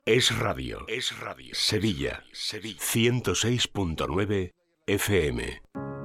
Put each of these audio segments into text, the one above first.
Es radio. Sevilla. 106.9 FM.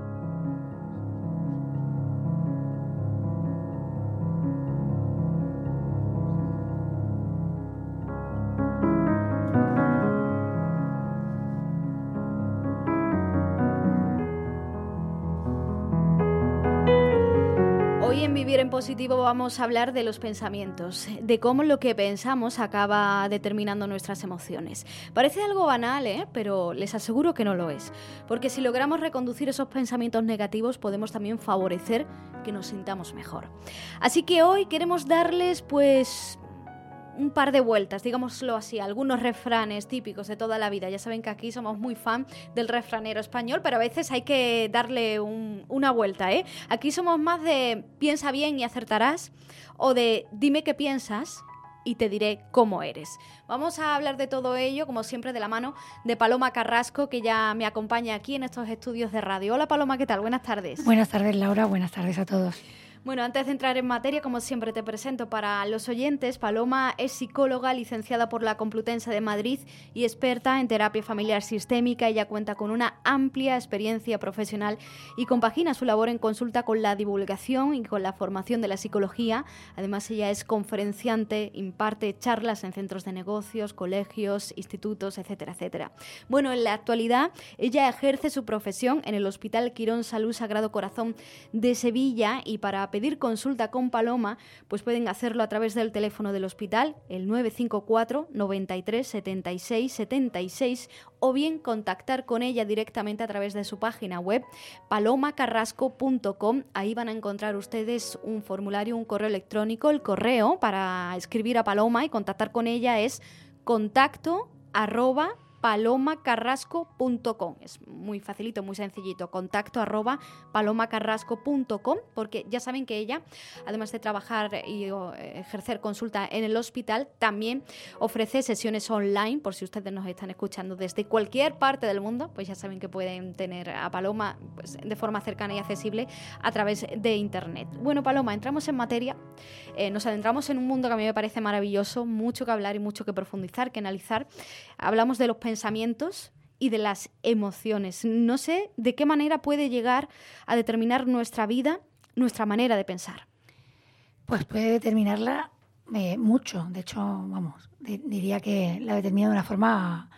Hoy en Vivir en Positivo vamos a hablar de los pensamientos, de cómo lo que pensamos acaba determinando nuestras emociones. Parece algo banal, pero les aseguro que no lo es, porque si logramos reconducir esos pensamientos negativos podemos también favorecer que nos sintamos mejor. Así que hoy queremos darles un par de vueltas, digámoslo así, algunos refranes típicos de toda la vida. Ya saben que aquí somos muy fan del refranero español, pero a veces hay que darle una vuelta, ¿eh? Aquí somos más de piensa bien y acertarás, o de dime qué piensas y te diré cómo eres. Vamos a hablar de todo ello, como siempre, de la mano de Paloma Carrasco, que ya me acompaña aquí en estos estudios de radio. Hola Paloma, ¿qué tal? Buenas tardes. Buenas tardes, Laura. Buenas tardes a todos. Bueno, antes de entrar en materia, como siempre te presento para los oyentes, Paloma es psicóloga, licenciada por la Complutense de Madrid y experta en terapia familiar sistémica. Ella cuenta con una amplia experiencia profesional y compagina su labor en consulta con la divulgación y con la formación de la psicología. Además, ella es conferenciante, imparte charlas en centros de negocios, colegios, institutos, etcétera, etcétera. Bueno, en la actualidad, ella ejerce su profesión en el Hospital Quirón Salud Sagrado Corazón de Sevilla, y para pedir consulta con Paloma, pues pueden hacerlo a través del teléfono del hospital, el 954 93 76 76, o bien contactar con ella directamente a través de su página web, palomacarrasco.com. Ahí van a encontrar ustedes un formulario, un correo electrónico. El correo para escribir a Paloma y contactar con ella es contacto@palomacarrasco.com. Es muy facilito, muy sencillito, contacto@palomacarrasco.com, porque ya saben que ella, además de trabajar y ejercer consulta en el hospital, también ofrece sesiones online. Por si ustedes nos están escuchando desde cualquier parte del mundo, pues ya saben que pueden tener a Paloma de forma cercana y accesible a través de internet. Bueno, Paloma, entramos en materia, nos adentramos en un mundo que a mí me parece maravilloso, mucho que hablar y mucho que profundizar, que analizar. Hablamos de los pensamientos y de las emociones. No sé de qué manera puede llegar a determinar nuestra vida, nuestra manera de pensar. Pues puede determinarla mucho. De hecho, diría que la determina de una forma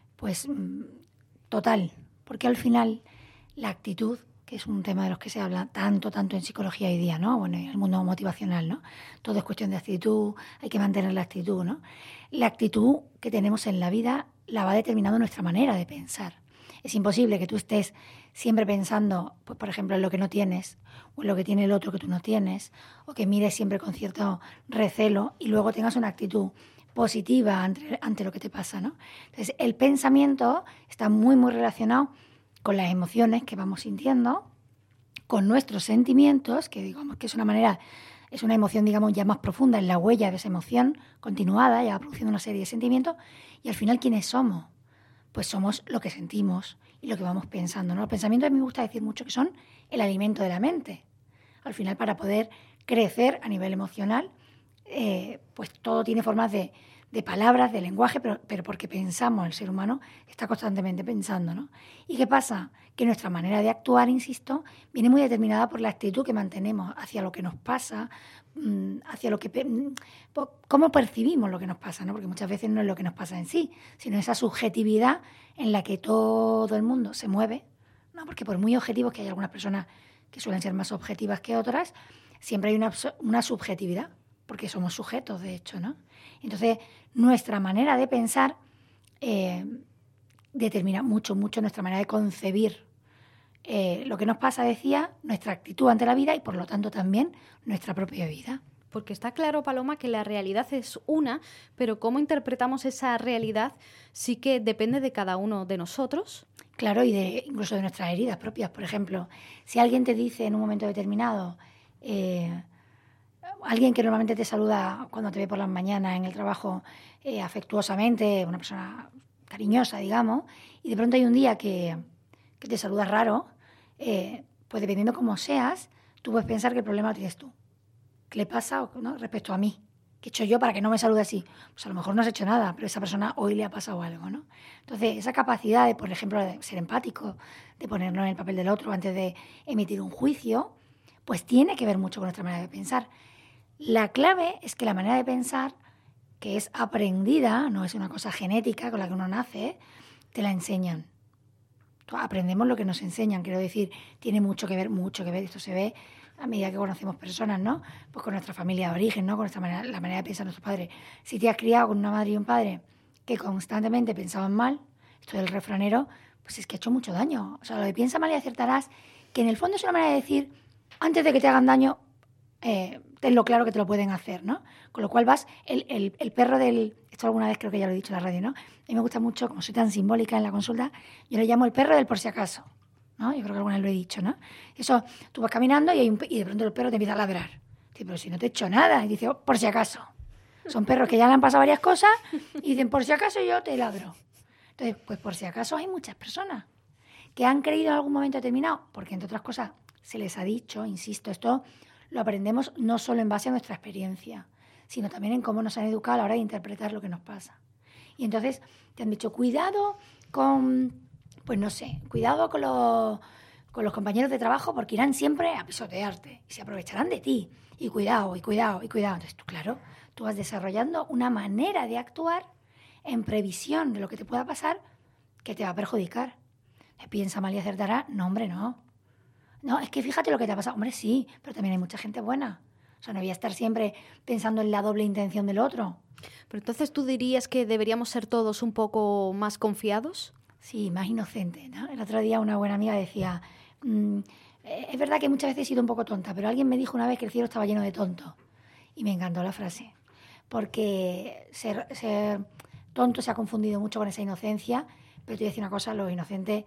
total. Porque al final la actitud, que es un tema de los que se habla tanto en psicología hoy día, ¿no? Bueno, en el mundo motivacional, ¿no? Todo es cuestión de actitud, hay que mantener la actitud, ¿no? La actitud que tenemos en la vida la va determinando nuestra manera de pensar. Es imposible que tú estés siempre pensando, pues, por ejemplo, en lo que no tienes, o en lo que tiene el otro que tú no tienes, o que mires siempre con cierto recelo y luego tengas una actitud positiva ante lo que te pasa, ¿no? Entonces, el pensamiento está muy, muy relacionado con las emociones que vamos sintiendo, con nuestros sentimientos, que digamos que es una emoción, digamos, ya más profunda, en la huella de esa emoción continuada, ya va produciendo una serie de sentimientos, y al final, ¿quiénes somos? Pues somos lo que sentimos y lo que vamos pensando, ¿no? Los pensamientos, a mí me gusta decir mucho que son el alimento de la mente. Al final, para poder crecer a nivel emocional, pues todo tiene formas de palabras, de lenguaje, pero porque pensamos, el ser humano está constantemente pensando, ¿no? ¿Y qué pasa? Que nuestra manera de actuar, insisto, viene muy determinada por la actitud que mantenemos hacia lo que nos pasa, hacia cómo percibimos lo que nos pasa, ¿no? Porque muchas veces no es lo que nos pasa en sí, sino esa subjetividad en la que todo el mundo se mueve, ¿no? Porque por muy objetivos que hay algunas personas que suelen ser más objetivas que otras, siempre hay una subjetividad, porque somos sujetos, de hecho, ¿no? Entonces, nuestra manera de pensar determina mucho nuestra manera de concebir lo que nos pasa, decía, nuestra actitud ante la vida y, por lo tanto, también nuestra propia vida. Porque está claro, Paloma, que la realidad es una, pero cómo interpretamos esa realidad sí que depende de cada uno de nosotros. Claro, y incluso de nuestras heridas propias. Por ejemplo, si alguien te dice en un momento determinado... alguien que normalmente te saluda cuando te ve por las mañanas en el trabajo afectuosamente, una persona cariñosa, digamos, y de pronto hay un día que te saluda raro, pues dependiendo cómo seas, tú puedes pensar que el problema lo tienes tú. ¿Qué le pasa, ¿no?, respecto a mí? ¿Qué he hecho yo para que no me salude así? Pues a lo mejor no has hecho nada, pero a esa persona hoy le ha pasado algo, ¿no? Entonces, esa capacidad de, por ejemplo, de ser empático, de ponernos en el papel del otro antes de emitir un juicio, pues tiene que ver mucho con nuestra manera de pensar. La clave es que la manera de pensar, que es aprendida, no es una cosa genética con la que uno nace, te la enseñan. Aprendemos lo que nos enseñan, quiero decir, tiene mucho que ver, esto se ve a medida que conocemos personas, ¿no? Pues con nuestra familia de origen, ¿no? Con nuestra manera, la manera de pensar de nuestros padres. Si te has criado con una madre y un padre que constantemente pensaban mal, esto del refranero, pues es que ha hecho mucho daño. O sea, lo de piensa mal y acertarás, que en el fondo es una manera de decir, antes de que te hagan daño, tenlo claro que te lo pueden hacer, ¿no? Con lo cual vas, el perro del... Esto alguna vez creo que ya lo he dicho en la radio, ¿no? A mí me gusta mucho, como soy tan simbólica en la consulta, yo le llamo el perro del por si acaso, ¿no? Yo creo que alguna vez lo he dicho, ¿no? Eso, tú vas caminando y de pronto el perro te empieza a ladrar. Dice, pero si no te he hecho nada. Y dice, oh, por si acaso. Son perros que ya le han pasado varias cosas y dicen, por si acaso yo te ladro. Entonces, pues por si acaso hay muchas personas que han creído en algún momento determinado, porque entre otras cosas se les ha dicho, insisto, esto lo aprendemos no solo en base a nuestra experiencia, sino también en cómo nos han educado a la hora de interpretar lo que nos pasa. Y entonces te han dicho, cuidado con, pues no sé, cuidado con los compañeros de trabajo porque irán siempre a pisotearte y se aprovecharán de ti. Y cuidado, y cuidado, y cuidado. Entonces tú, claro, tú vas desarrollando una manera de actuar en previsión de lo que te pueda pasar que te va a perjudicar. Piensa mal y acertará. No, hombre, no. No, es que fíjate lo que te ha pasado. Hombre, sí, pero también hay mucha gente buena. O sea, no voy a estar siempre pensando en la doble intención del otro. Pero entonces, ¿tú dirías que deberíamos ser todos un poco más confiados? Sí, más inocente, ¿no? El otro día una buena amiga decía, es verdad que muchas veces he sido un poco tonta, pero alguien me dijo una vez que el cielo estaba lleno de tontos. Y me encantó la frase. Porque ser tonto se ha confundido mucho con esa inocencia, pero te voy a decir una cosa, los inocentes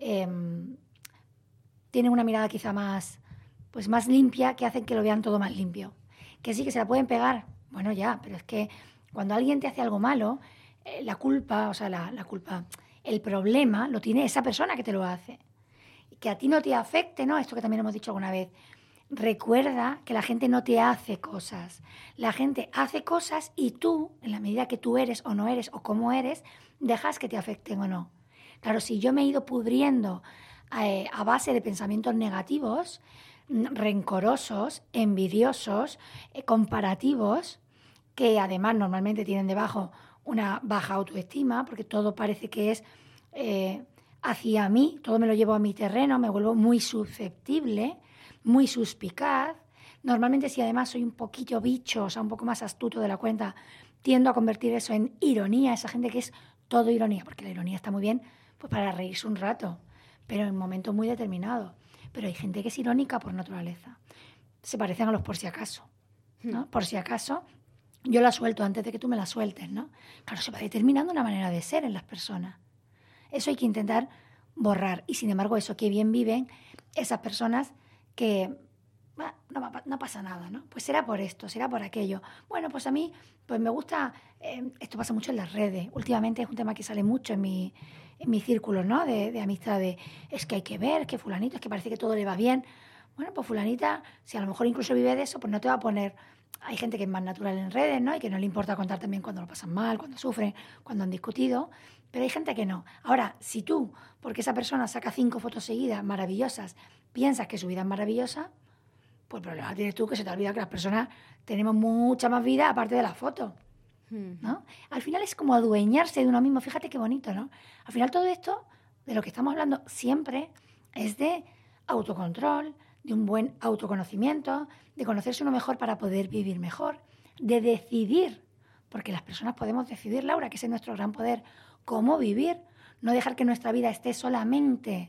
tienen una mirada quizá más limpia, que hacen que lo vean todo más limpio. Que sí, que se la pueden pegar, bueno ya, pero es que cuando alguien te hace algo malo, la culpa, o sea, la culpa, el problema lo tiene esa persona que te lo hace. Que a ti no te afecte, ¿no? Esto que también hemos dicho alguna vez. Recuerda que la gente no te hace cosas. La gente hace cosas y tú, en la medida que tú eres o no eres o cómo eres, dejas que te afecten o no. Claro, si yo me he ido pudriendo a base de pensamientos negativos, rencorosos, envidiosos, comparativos, que además normalmente tienen debajo una baja autoestima, porque todo parece que es hacia mí, todo me lo llevo a mi terreno, me vuelvo muy susceptible, muy suspicaz. Normalmente, si además soy un poquillo bicho, o sea, un poco más astuto de la cuenta, tiendo a convertir eso en ironía, esa gente que es todo ironía, porque la ironía está muy bien pues para reírse un rato, pero en momentos muy determinados. Pero hay gente que es irónica por naturaleza. Se parecen a los por si acaso, ¿no? Por si acaso, yo la suelto antes de que tú me la sueltes, ¿no? Claro, se va determinando una manera de ser en las personas. Eso hay que intentar borrar. Y sin embargo, eso, que bien viven esas personas que no pasa nada, ¿no? Pues será por esto, será por aquello. Bueno, pues a mí pues me gusta, esto pasa mucho en las redes. Últimamente es un tema que sale mucho en mi círculo, ¿no? De amistades. Es que hay que ver, que fulanito, es que parece que todo le va bien. Bueno, pues fulanita, si a lo mejor incluso vive de eso, pues no te va a poner... Hay gente que es más natural en redes, ¿no? Y que no le importa contar también cuando lo pasan mal, cuando sufren, cuando han discutido. Pero hay gente que no. Ahora, si tú, porque esa persona saca 5 fotos seguidas maravillosas, piensas que su vida es maravillosa, pues el problema tienes tú, que se te olvida que las personas tenemos mucha más vida aparte de las fotos, ¿no? Al final es como adueñarse de uno mismo. Fíjate qué bonito, ¿no? Al final todo esto, de lo que estamos hablando siempre, es de autocontrol, de un buen autoconocimiento, de conocerse uno mejor para poder vivir mejor, de decidir, porque las personas podemos decidir, Laura, que ese es nuestro gran poder, cómo vivir, no dejar que nuestra vida esté solamente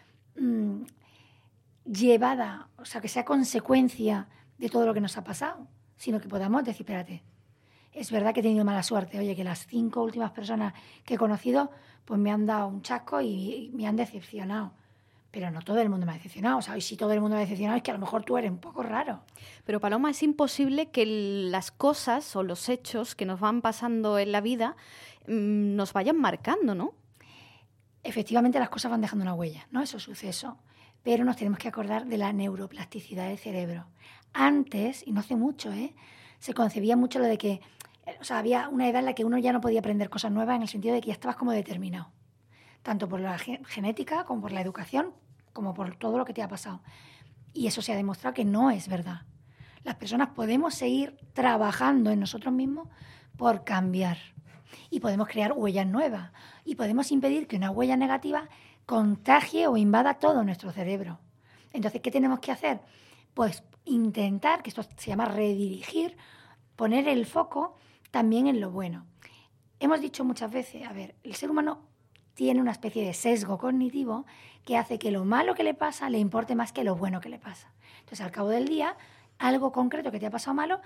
llevada, o sea, que sea consecuencia de todo lo que nos ha pasado, sino que podamos decir, espérate, es verdad que he tenido mala suerte, oye, que las 5 últimas personas que he conocido pues me han dado un chasco y me han decepcionado. Pero no todo el mundo me ha decepcionado. O sea, y si todo el mundo me ha decepcionado es que a lo mejor tú eres un poco raro. Pero, Paloma, es imposible que las cosas o los hechos que nos van pasando en la vida nos vayan marcando, ¿no? Efectivamente, las cosas van dejando una huella, ¿no? Esos sucesos. Pero nos tenemos que acordar de la neuroplasticidad del cerebro. Antes, y no hace mucho, se concebía mucho lo de que, o sea, había una edad en la que uno ya no podía aprender cosas nuevas en el sentido de que ya estabas como determinado, tanto por la genética como por la educación, como por todo lo que te ha pasado. Y eso se ha demostrado que no es verdad. Las personas podemos seguir trabajando en nosotros mismos por cambiar. Y podemos crear huellas nuevas. Y podemos impedir que una huella negativa contagie o invada todo nuestro cerebro. Entonces, ¿qué tenemos que hacer? Pues intentar, que esto se llama redirigir, poner el foco también en lo bueno. Hemos dicho muchas veces, a ver, el ser humano tiene una especie de sesgo cognitivo que hace que lo malo que le pasa le importe más que lo bueno que le pasa. Entonces, al cabo del día, algo concreto que te ha pasado malo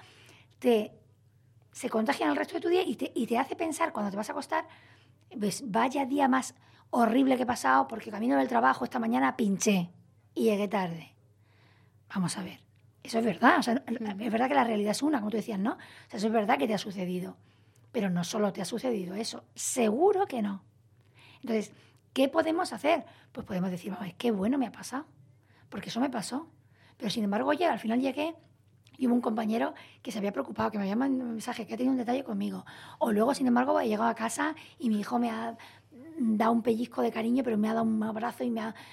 se contagia en el resto de tu día y te hace pensar cuando te vas a acostar, pues vaya día más horrible que he pasado porque camino del trabajo esta mañana pinché y llegué tarde. Vamos a ver, eso es verdad, o sea, es verdad que la realidad es una, como tú decías, ¿no? O sea, eso es verdad que te ha sucedido, pero no solo te ha sucedido eso, seguro que no. Entonces, ¿qué podemos hacer? Pues podemos decir, vamos, qué bueno me ha pasado, porque eso me pasó. Pero sin embargo, oye, al final llegué y hubo un compañero que se había preocupado, que me había mandado un mensaje, que ha tenido un detalle conmigo. O luego, sin embargo, he llegado a casa y mi hijo me ha dado un pellizco de cariño, pero me ha dado un abrazo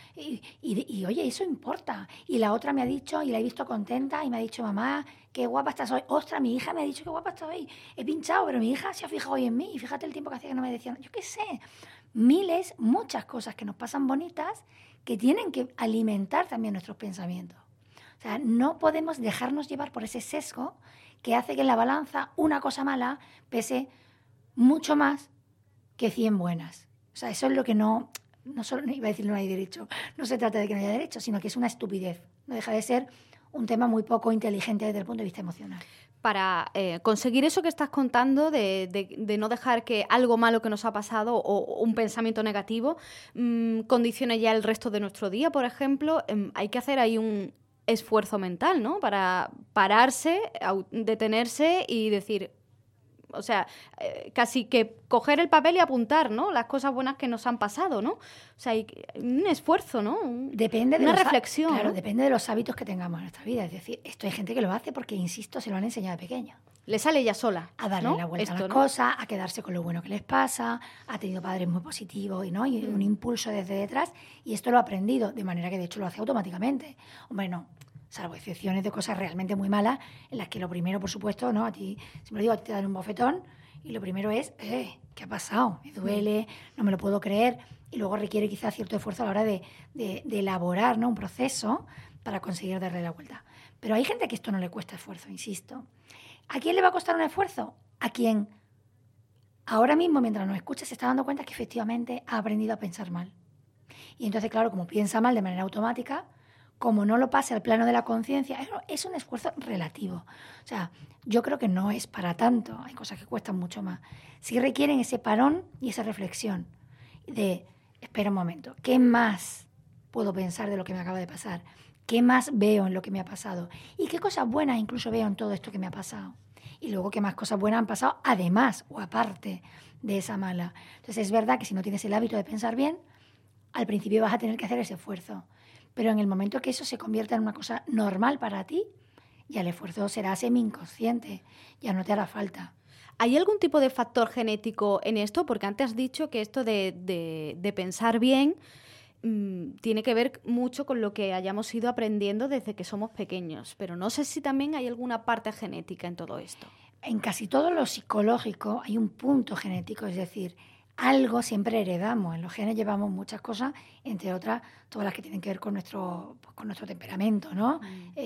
y oye, eso importa. Y la otra me ha dicho, y la he visto contenta, y me ha dicho, mamá, qué guapa estás hoy. Ostras, mi hija me ha dicho qué guapa estás hoy. He pinchado, pero mi hija se ha fijado hoy en mí. Y fíjate el tiempo que hacía que no me decían, yo qué sé, muchas cosas que nos pasan bonitas que tienen que alimentar también nuestros pensamientos. O sea, no podemos dejarnos llevar por ese sesgo que hace que en la balanza una cosa mala pese mucho más que 100 buenas. O sea, eso es lo que no solo iba a decir no hay derecho, no se trata de que no haya derecho, sino que es una estupidez. No deja de ser un tema muy poco inteligente desde el punto de vista emocional. Para conseguir eso que estás contando, de no dejar que algo malo que nos ha pasado o un pensamiento negativo condicione ya el resto de nuestro día, por ejemplo, hay que hacer ahí un esfuerzo mental, ¿no? Para pararse, detenerse y decir, o sea, casi que coger el papel y apuntar, ¿no? Las cosas buenas que nos han pasado, ¿no? O sea, hay un esfuerzo, ¿no? Depende de una reflexión. Claro, ¿no? depende de los hábitos que tengamos en nuestra vida. Es decir, esto hay gente que lo hace porque, insisto, se lo han enseñado de pequeño. Le sale ella sola. A darle ¿no? la vuelta Esto, a las ¿no? cosas, a quedarse con lo bueno que les pasa, ha tenido padres muy positivos y un impulso desde detrás, y esto lo ha aprendido, de manera que de hecho lo hace automáticamente. Hombre, no, salvo excepciones de cosas realmente muy malas, en las que lo primero, por supuesto, ¿no? A ti, siempre digo, a ti te dan un bofetón, y lo primero es, ¿qué ha pasado? Me duele, no me lo puedo creer, y luego requiere quizás cierto esfuerzo a la hora de elaborar, ¿no? Un proceso para conseguir darle la vuelta. Pero hay gente que esto no le cuesta esfuerzo, insisto. ¿A quién le va a costar un esfuerzo? A quien ahora mismo, mientras nos escucha, se está dando cuenta que efectivamente ha aprendido a pensar mal. Y entonces, claro, como piensa mal de manera automática, como no lo pase al plano de la conciencia, es un esfuerzo relativo. O sea, yo creo que no es para tanto, hay cosas que cuestan mucho más. Sí requieren ese parón y esa reflexión de, espera un momento, ¿qué más puedo pensar de lo que me acaba de pasar? ¿Qué más veo en lo que me ha pasado? ¿Y qué cosas buenas incluso veo en todo esto que me ha pasado? Y luego, ¿qué más cosas buenas han pasado además o aparte de esa mala? Entonces, es verdad que si no tienes el hábito de pensar bien, al principio vas a tener que hacer ese esfuerzo. Pero en el momento que eso se convierta en una cosa normal para ti, ya el esfuerzo será semi-inconsciente, ya no te hará falta. ¿Hay algún tipo de factor genético en esto? Porque antes has dicho que esto de pensar bien tiene que ver mucho con lo que hayamos ido aprendiendo desde que somos pequeños, pero no sé si también hay alguna parte genética en todo esto. En casi todo lo psicológico hay un punto genético, es decir, algo siempre heredamos. En los genes llevamos muchas cosas, entre otras todas las que tienen que ver con nuestro temperamento, ¿no?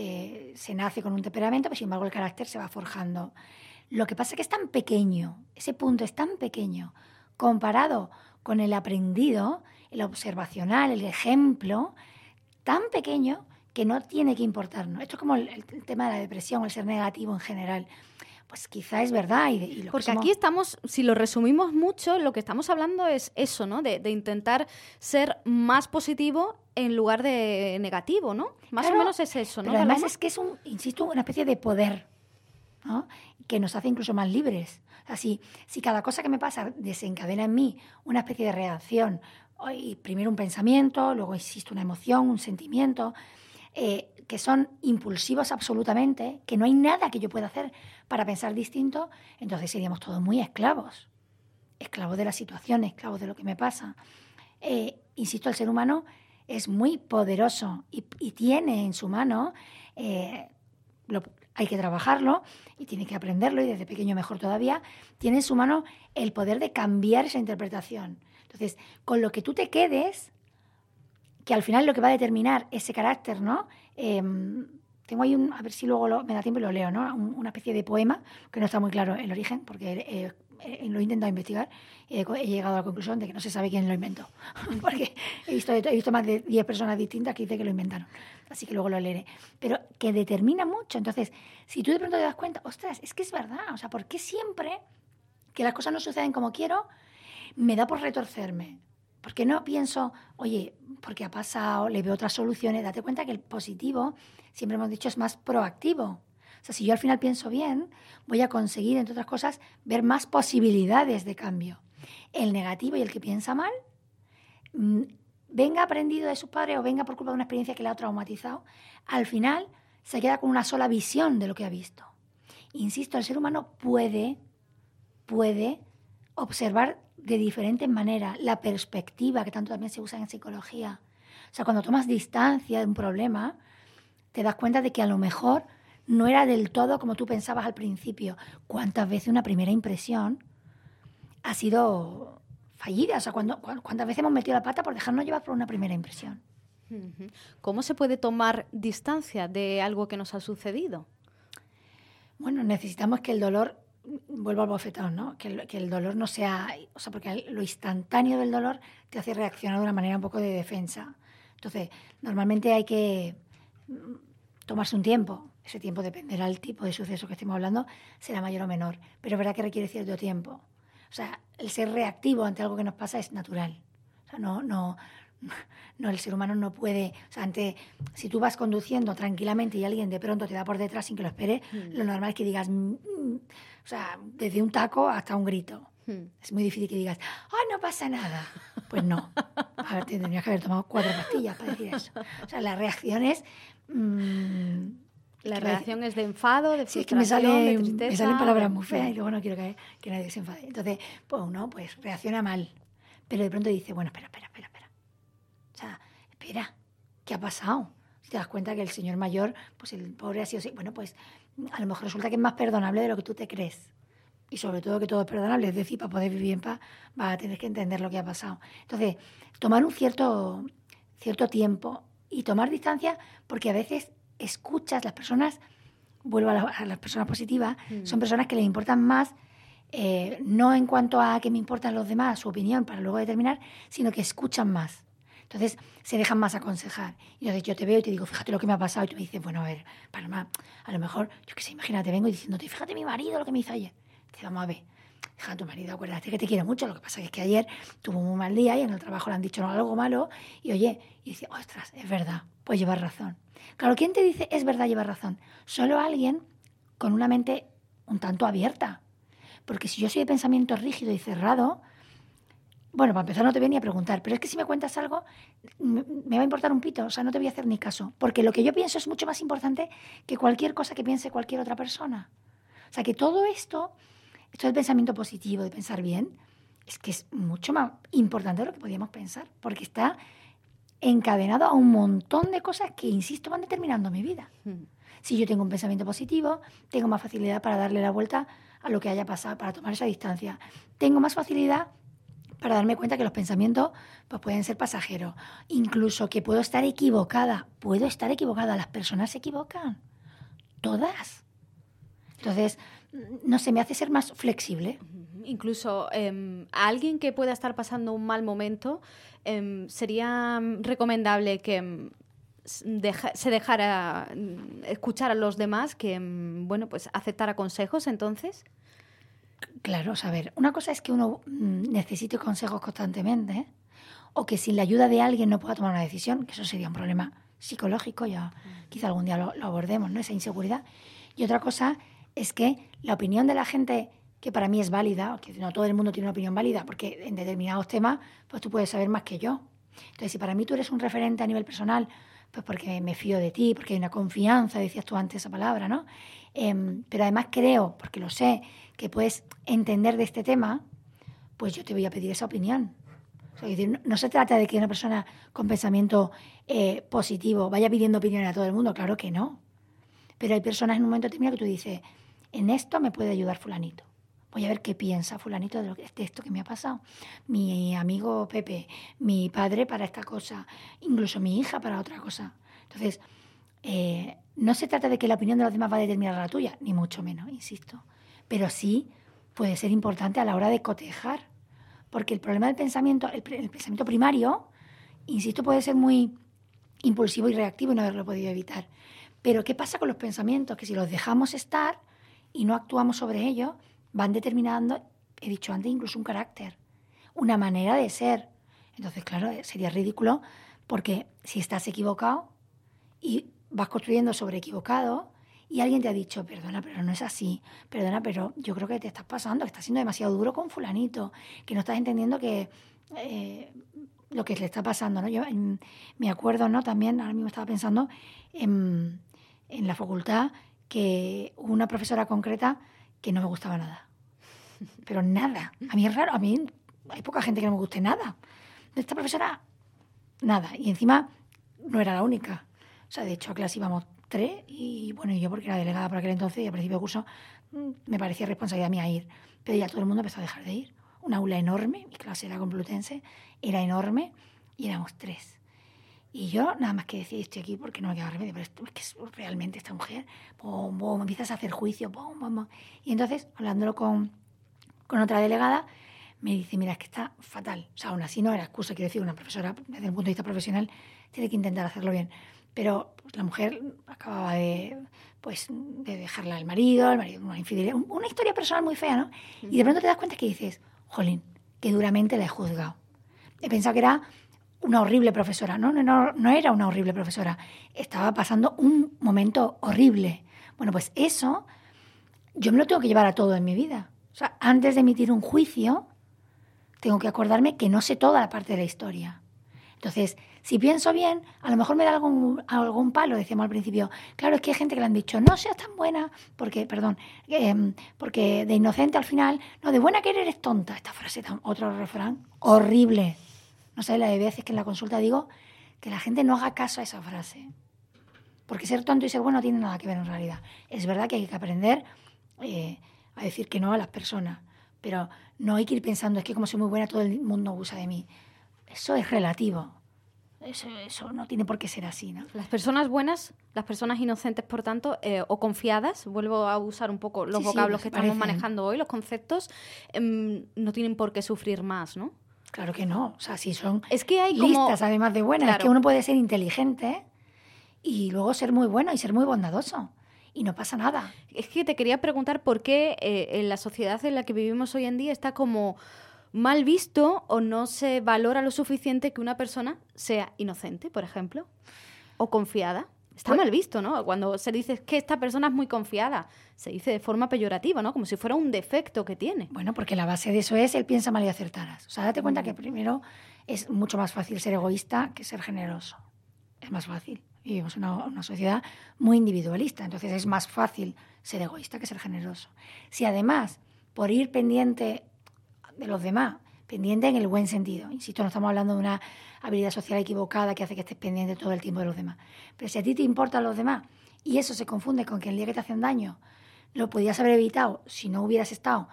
Se nace con un temperamento, pero sin embargo el carácter se va forjando. Lo que pasa es que es tan pequeño, ese punto es tan pequeño, comparado con el aprendido, el observacional, el ejemplo, tan pequeño que no tiene que importarnos. Esto es como el tema de la depresión, el ser negativo en general. Pues quizá es verdad. Porque aquí estamos, si lo resumimos mucho, lo que estamos hablando es eso, ¿no? De intentar ser más positivo en lugar de negativo, ¿no? Más o menos es eso, ¿no? Pero además es que es insisto, una especie de poder, ¿no? Que nos hace incluso más libres. O sea, si cada cosa que me pasa desencadena en mí una especie de reacción, y primero un pensamiento, luego, insisto, una emoción, un sentimiento, que son impulsivos absolutamente, que no hay nada que yo pueda hacer para pensar distinto, entonces seríamos todos muy esclavos de la situación, esclavos de lo que me pasa. Insisto, el ser humano es muy poderoso y tiene en su mano, hay que trabajarlo y tiene que aprenderlo, y desde pequeño mejor todavía, tiene en su mano el poder de cambiar esa interpretación. Entonces, con lo que tú te quedes, que al final es lo que va a determinar ese carácter, ¿no? Tengo ahí a ver si luego me da tiempo y lo leo, ¿no? Una especie de poema, que no está muy claro el origen, porque lo he intentado investigar y he llegado a la conclusión de que no se sabe quién lo inventó. Porque he visto más de 10 personas distintas que dicen que lo inventaron. Así que luego lo leeré. Pero que determina mucho. Entonces, si tú de pronto te das cuenta, ostras, es que es verdad. O sea, ¿por qué siempre que las cosas no suceden como quiero me da por retorcerme? ¿Por qué no pienso, oye, porque ha pasado, le veo otras soluciones? Date cuenta que el positivo, siempre hemos dicho, es más proactivo. O sea, si yo al final pienso bien, voy a conseguir, entre otras cosas, ver más posibilidades de cambio. El negativo y el que piensa mal, venga aprendido de sus padres o venga por culpa de una experiencia que le ha traumatizado, al final se queda con una sola visión de lo que ha visto. Insisto, el ser humano puede observar de diferentes maneras la perspectiva, que tanto también se usa en psicología. O sea, cuando tomas distancia de un problema, te das cuenta de que a lo mejor no era del todo como tú pensabas al principio. ¿Cuántas veces una primera impresión ha sido fallida? O sea, ¿cuántas veces hemos metido la pata por dejarnos llevar por una primera impresión? ¿Cómo se puede tomar distancia de algo que nos ha sucedido? Bueno, necesitamos que el dolor, vuelvo al bofetón, ¿no? Que el dolor no sea... O sea, porque lo instantáneo del dolor te hace reaccionar de una manera un poco de defensa. Entonces, normalmente hay que tomarse un tiempo. Ese tiempo dependerá del tipo de suceso que estemos hablando, será mayor o menor. Pero es verdad que requiere cierto tiempo. O sea, el ser reactivo ante algo que nos pasa es natural. O sea, no, el ser humano no puede... O sea, si tú vas conduciendo tranquilamente y alguien de pronto te da por detrás sin que lo espere, lo normal es que digas... o sea, desde un taco hasta un grito. Es muy difícil que digas, no pasa nada. Pues no. A ver, tendrías que haber tomado 4 pastillas para decir eso. O sea, la reacción es... La reacción es de enfado, de frustración, sí, es que de tristeza. Me salen palabras muy feas y luego no quiero que nadie se enfade. Entonces, pues uno reacciona mal. Pero de pronto dice, bueno, espera. O sea, espera, ¿qué ha pasado? Si te das cuenta que el señor mayor, pues el pobre ha sido así. Bueno, pues a lo mejor resulta que es más perdonable de lo que tú te crees. Y sobre todo que todo es perdonable. Es decir, para poder vivir en paz vas a tener que entender lo que ha pasado. Entonces, tomar un cierto tiempo y tomar distancia, porque a veces escuchas, las personas, vuelvo a las personas positivas, son personas que les importan más, no en cuanto a que me importan los demás, su opinión para luego determinar, sino que escuchan más. Entonces se dejan más aconsejar. Y entonces yo te veo y te digo, fíjate lo que me ha pasado. Y tú me dices, bueno, a ver, Paloma, a lo mejor, yo qué sé, imagínate, vengo diciéndote, fíjate mi marido lo que me hizo ayer. Te vamos a ver, deja a tu marido, acuérdate que te quiere mucho. Lo que pasa es que ayer tuvo un mal día y en el trabajo le han dicho algo malo. Y oye, y dice, ostras, es verdad, pues llevas razón. Claro, ¿quién te dice es verdad, llevas razón? Solo alguien con una mente un tanto abierta. Porque si yo soy de pensamiento rígido y cerrado, bueno, para empezar no te voy ni a preguntar, pero es que si me cuentas algo, me va a importar un pito, o sea, no te voy a hacer ni caso. Porque lo que yo pienso es mucho más importante que cualquier cosa que piense cualquier otra persona. O sea, que todo esto del pensamiento positivo, de pensar bien, es que es mucho más importante de lo que podíamos pensar, porque está encadenado a un montón de cosas que, insisto, van determinando mi vida. Si yo tengo un pensamiento positivo, tengo más facilidad para darle la vuelta a lo que haya pasado, para tomar esa distancia. Tengo más facilidad para darme cuenta que los pensamientos pues, pueden ser pasajeros. Incluso que puedo estar equivocada. Las personas se equivocan. Todas. Entonces, no sé, me hace ser más flexible. Incluso a alguien que pueda estar pasando un mal momento, sería recomendable que se dejara escuchar a los demás, que bueno, pues aceptara consejos, entonces. Claro, a ver, una cosa es que uno necesite consejos constantemente, o que sin la ayuda de alguien no pueda tomar una decisión, que eso sería un problema psicológico, ya quizá algún día lo abordemos, ¿no? Esa inseguridad. Y otra cosa es que la opinión de la gente, que para mí es válida, que no todo el mundo tiene una opinión válida, porque en determinados temas pues tú puedes saber más que yo. Entonces, si para mí tú eres un referente a nivel personal, pues porque me fío de ti, porque hay una confianza, decías tú antes esa palabra, ¿no? Pero además creo, porque lo sé, que puedes entender de este tema, pues yo te voy a pedir esa opinión. O sea, es decir, no se trata de que una persona con pensamiento positivo vaya pidiendo opiniones a todo el mundo, claro que no. Pero hay personas en un momento determinado que tú dices, en esto me puede ayudar fulanito. Voy a ver qué piensa fulanito de esto que me ha pasado. Mi amigo Pepe, mi padre para esta cosa, incluso mi hija para otra cosa. Entonces, no se trata de que la opinión de los demás va a determinar la tuya, ni mucho menos, insisto. Pero sí puede ser importante a la hora de cotejar. Porque el problema del pensamiento, el pensamiento primario, insisto, puede ser muy impulsivo y reactivo y no haberlo podido evitar. Pero ¿qué pasa con los pensamientos? Que si los dejamos estar y no actuamos sobre ellos, van determinando, he dicho antes, incluso un carácter, una manera de ser. Entonces, claro, sería ridículo porque si estás equivocado y vas construyendo sobre equivocado y alguien te ha dicho, perdona, pero no es así, perdona, pero yo creo que te estás pasando, que estás siendo demasiado duro con fulanito, que no estás entendiendo que lo que le está pasando, ¿no? Yo me acuerdo, ¿no? También, ahora mismo estaba pensando en la facultad que hubo una profesora concreta que no me gustaba nada. Pero nada. A mí es raro. A mí hay poca gente que no me guste nada. Esta profesora, nada. Y encima no era la única. O sea, de hecho, a clase íbamos 3 y bueno, yo porque era delegada por aquel entonces y a principio de curso me parecía responsabilidad mía ir. Pero ya todo el mundo empezó a dejar de ir. Un aula enorme, mi clase era Complutense, era enorme y éramos 3. Y yo nada más que decía, estoy aquí porque no me queda remedio, pero es que realmente esta mujer, me empiezas a hacer juicio, y entonces, hablándolo con otra delegada, me dice, mira, es que está fatal. O sea, aún así no era excusa, quiero decir, una profesora, desde el punto de vista profesional, tiene que intentar hacerlo bien. Pero pues, la mujer acababa de dejarla al marido, una infidelidad, una historia personal muy fea, ¿no? Y de pronto te das cuenta que dices, jolín, que duramente la he juzgado. He pensado que era una horrible profesora. No era una horrible profesora. Estaba pasando un momento horrible. Bueno, pues eso yo me lo tengo que llevar a todo en mi vida. O sea, antes de emitir un juicio, tengo que acordarme que no sé toda la parte de la historia. Entonces, si pienso bien, a lo mejor me da algún palo, decíamos al principio. Claro, es que hay gente que le han dicho, no seas tan buena, porque de inocente al final, no, de buena que eres tonta. Esta frase, otro refrán horrible. No sé, la de veces que en la consulta digo que la gente no haga caso a esa frase. Porque ser tonto y ser bueno no tiene nada que ver en realidad. Es verdad que hay que aprender a decir que no a las personas, pero no hay que ir pensando, es que como soy muy buena todo el mundo abusa de mí. Eso es relativo. Eso no tiene por qué ser así, ¿no? Las personas buenas, las personas inocentes, por tanto, o confiadas, vuelvo a usar un poco los vocablos que estamos manejando hoy, los conceptos, no tienen por qué sufrir más, ¿no? Claro que no. O sea, si son es que hay listas, además de buenas, claro. Es que uno puede ser inteligente y luego ser muy bueno y ser muy bondadoso. Y no pasa nada. Es que te quería preguntar por qué en la sociedad en la que vivimos hoy en día está como mal visto o no se valora lo suficiente que una persona sea inocente, por ejemplo, o confiada. Está mal visto, ¿no? Cuando se dice que esta persona es muy confiada, se dice de forma peyorativa, ¿no? Como si fuera un defecto que tiene. Bueno, porque la base de eso es el piensa mal y acertarás. O sea, date cuenta que primero es mucho más fácil ser egoísta que ser generoso. Es más fácil. Vivimos en una sociedad muy individualista, entonces es más fácil ser egoísta que ser generoso. Si además, por ir pendiente de los demás, pendiente en el buen sentido, insisto, no estamos hablando de una habilidad social equivocada que hace que estés pendiente todo el tiempo de los demás, pero si a ti te importan los demás y eso se confunde con que el día que te hacen daño lo podías haber evitado si no hubieras estado,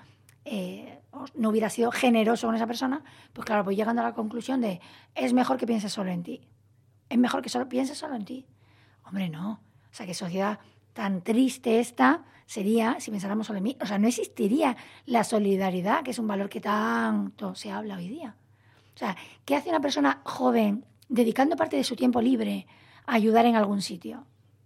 no hubieras sido generoso con esa persona, pues claro, pues llegando a la conclusión de es mejor que pienses solo en ti. Es mejor que pienses solo en ti. Hombre, no. O sea, qué sociedad tan triste esta sería si pensáramos solo en mí. O sea, no existiría la solidaridad, que es un valor que tanto se habla hoy día. O sea, ¿qué hace una persona joven dedicando parte de su tiempo libre a ayudar en algún sitio?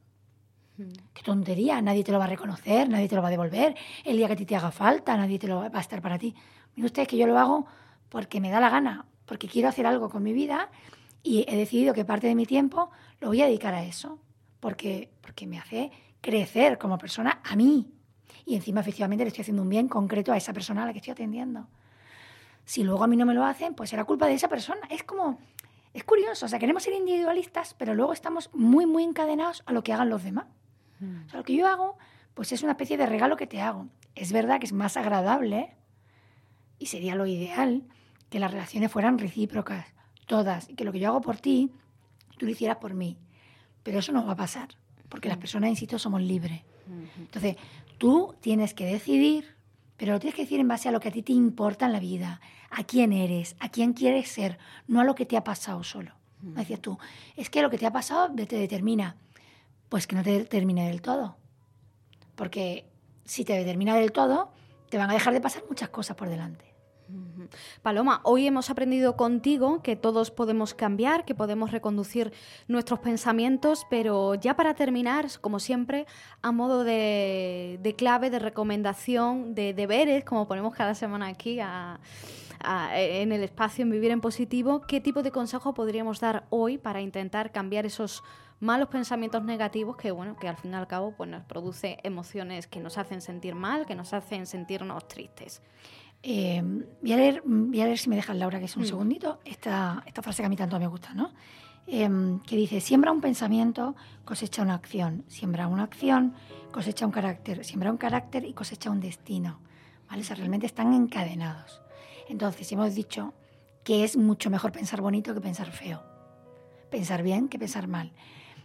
Qué tontería. Nadie te lo va a reconocer, nadie te lo va a devolver. El día que a ti te haga falta, nadie te lo va a estar para ti. Mire usted que yo lo hago porque me da la gana, porque quiero hacer algo con mi vida. Y he decidido que parte de mi tiempo lo voy a dedicar a eso, porque me hace crecer como persona a mí. Y encima, efectivamente, le estoy haciendo un bien concreto a esa persona a la que estoy atendiendo. Si luego a mí no me lo hacen, pues será culpa de esa persona. Es como Es curioso, o sea, queremos ser individualistas, pero luego estamos muy, muy encadenados a lo que hagan los demás. O sea, lo que yo hago, pues es una especie de regalo que te hago. Es verdad que es más agradable y sería lo ideal que las relaciones fueran recíprocas, todas, y que lo que yo hago por ti, tú lo hicieras por mí. Pero eso no va a pasar, porque las personas, insisto, somos libres. Entonces, tú tienes que decidir, pero lo tienes que decir en base a lo que a ti te importa en la vida, a quién eres, a quién quieres ser, no a lo que te ha pasado solo. Me decías tú, es que lo que te ha pasado te determina. Pues que no te determine del todo. Porque si te determina del todo, te van a dejar de pasar muchas cosas por delante. Paloma, hoy hemos aprendido contigo que todos podemos cambiar, que podemos reconducir nuestros pensamientos, pero ya para terminar, como siempre, a modo de clave, de recomendación, de deberes, como ponemos cada semana aquí en el espacio en Vivir en Positivo, ¿qué tipo de consejo podríamos dar hoy para intentar cambiar esos malos pensamientos negativos que, bueno, que al fin y al cabo pues nos produce emociones que nos hacen sentir mal, que nos hacen sentirnos tristes? Voy a leer, si me dejas, Laura, que es un segundito, esta frase que a mí tanto me gusta, ¿no? Que dice, siembra un pensamiento, cosecha una acción. Siembra una acción, cosecha un carácter. Siembra un carácter y cosecha un destino. ¿Vale? O sea, realmente están encadenados. Entonces, hemos dicho que es mucho mejor pensar bonito que pensar feo. Pensar bien que pensar mal.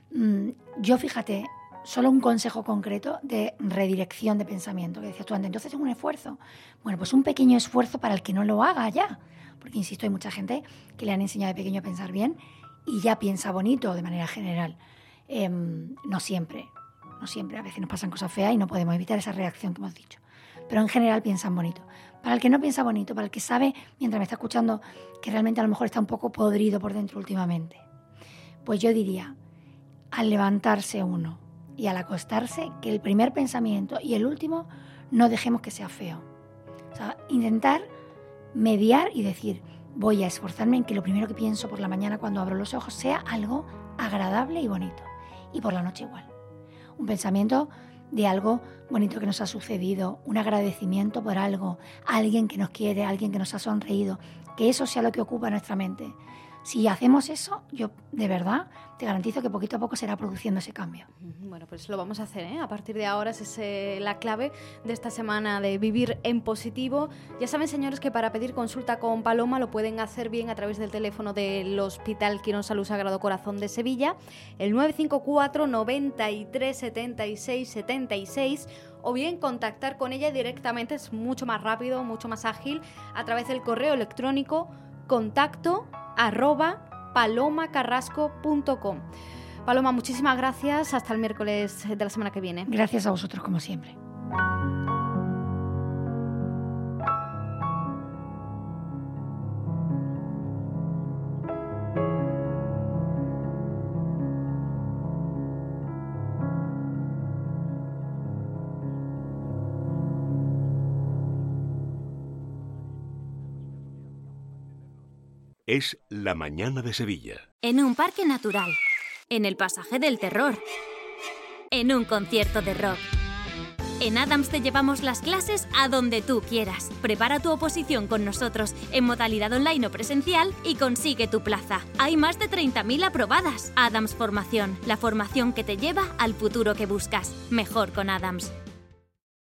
Yo, fíjate, solo un consejo concreto de redirección de pensamiento, que decías tú antes, entonces es un esfuerzo. Bueno, pues un pequeño esfuerzo para el que no lo haga ya. Porque, insisto, hay mucha gente que le han enseñado de pequeño a pensar bien y ya piensa bonito de manera general. No siempre, a veces nos pasan cosas feas y no podemos evitar esa reacción que hemos dicho. Pero en general piensan bonito. Para el que no piensa bonito, para el que sabe, mientras me está escuchando, que realmente a lo mejor está un poco podrido por dentro últimamente, pues yo diría, al levantarse uno y al acostarse, que el primer pensamiento y el último no dejemos que sea feo. O sea, intentar mediar y decir, voy a esforzarme en que lo primero que pienso por la mañana cuando abro los ojos sea algo agradable y bonito. Y por la noche igual. Un pensamiento de algo bonito que nos ha sucedido, un agradecimiento por algo, alguien que nos quiere, alguien que nos ha sonreído, que eso sea lo que ocupa nuestra mente. Si hacemos eso, yo de verdad te garantizo que poquito a poco se irá produciendo ese cambio. Bueno, pues lo vamos a hacer, ¿eh? A partir de ahora es la clave de esta semana de Vivir en Positivo. Ya saben, señores, que para pedir consulta con Paloma lo pueden hacer bien a través del teléfono del Hospital Quirón Salud Sagrado Corazón de Sevilla, el 954 93 76 76, o bien contactar con ella directamente, es mucho más rápido, mucho más ágil, a través del correo electrónico contacto@palomacarrasco.com. Paloma, muchísimas gracias. Hasta el miércoles de la semana que viene. Gracias a vosotros, como siempre. Es La Mañana de Sevilla. En un parque natural, en el pasaje del terror, en un concierto de rock. En Adams te llevamos las clases a donde tú quieras. Prepara tu oposición con nosotros en modalidad online o presencial y consigue tu plaza. Hay más de 30.000 aprobadas. Adams Formación, la formación que te lleva al futuro que buscas. Mejor con Adams.